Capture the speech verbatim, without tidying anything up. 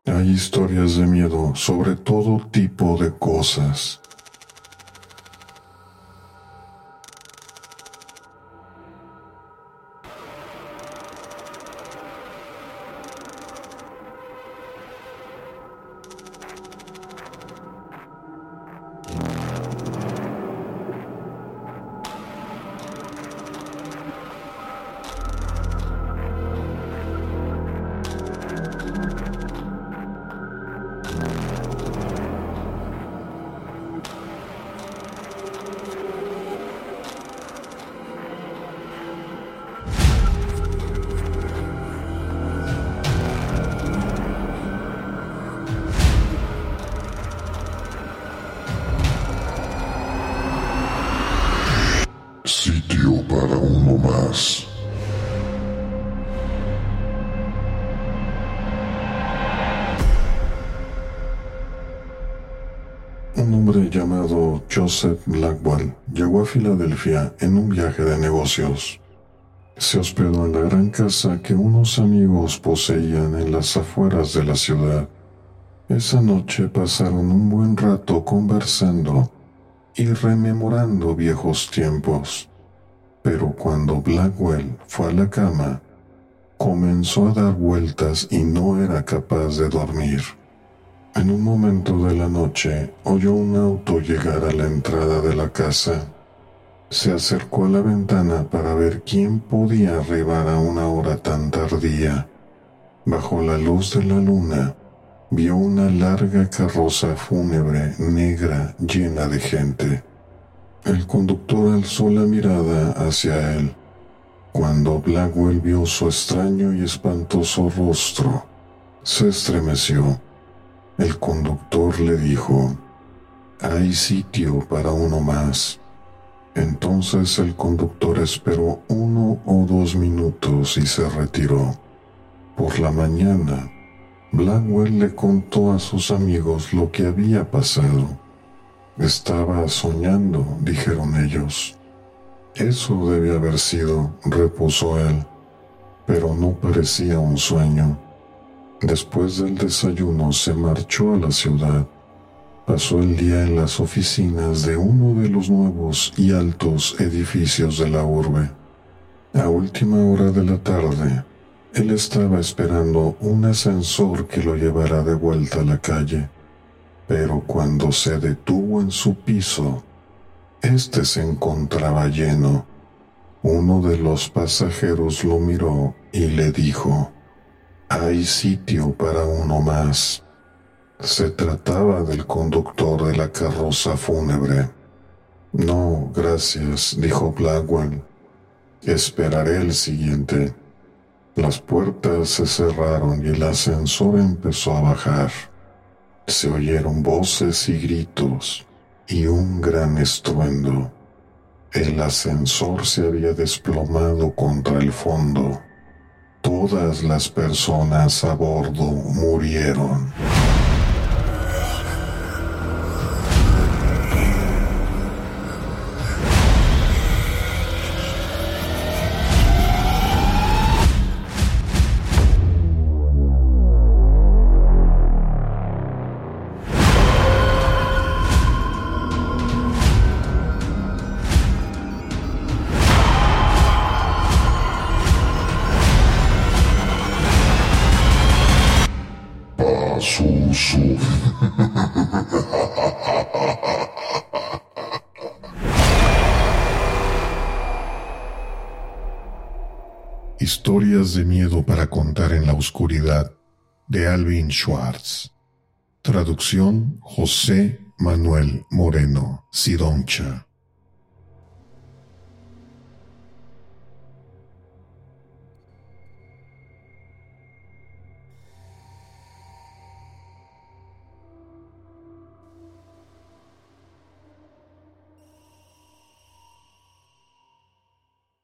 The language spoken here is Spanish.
Hay historias de miedo sobre todo tipo de cosas. Sitio para uno más. Un hombre llamado Joseph Blackwell llegó a Filadelfia en un viaje de negocios. Se hospedó en la gran casa que unos amigos poseían en las afueras de la ciudad. Esa noche pasaron un buen rato conversando y rememorando viejos tiempos. Pero cuando Blackwell fue a la cama, comenzó a dar vueltas y no era capaz de dormir. En un momento de la noche, oyó un auto llegar a la entrada de la casa. Se acercó a la ventana para ver quién podía arribar a una hora tan tardía. Bajo la luz de la luna, vio una larga carroza fúnebre negra llena de gente. El conductor alzó la mirada hacia él. Cuando Blackwell vio su extraño y espantoso rostro, se estremeció. El conductor le dijo: «Hay sitio para uno más». Entonces el conductor esperó uno o dos minutos y se retiró. Por la mañana, Blackwell le contó a sus amigos lo que había pasado. «Estaba soñando», dijeron ellos. «Eso debe haber sido», repuso él, «pero no parecía un sueño». Después del desayuno se marchó a la ciudad. Pasó el día en las oficinas de uno de los nuevos y altos edificios de la urbe. A última hora de la tarde, él estaba esperando un ascensor que lo llevara de vuelta a la calle. Pero cuando se detuvo en su piso, este se encontraba lleno. Uno de los pasajeros lo miró y le dijo: «Hay sitio para uno más». Se trataba del conductor de la carroza fúnebre. «No, gracias», dijo Blackwell. «Esperaré el siguiente». Las puertas se cerraron y el ascensor empezó a bajar. Se oyeron voces y gritos y un gran estruendo. El ascensor se había desplomado contra el fondo. Todas las personas a bordo murieron. Susu. Historias de miedo para contar en la oscuridad, de Alvin Schwartz. Traducción: José Manuel Moreno Sidoncha.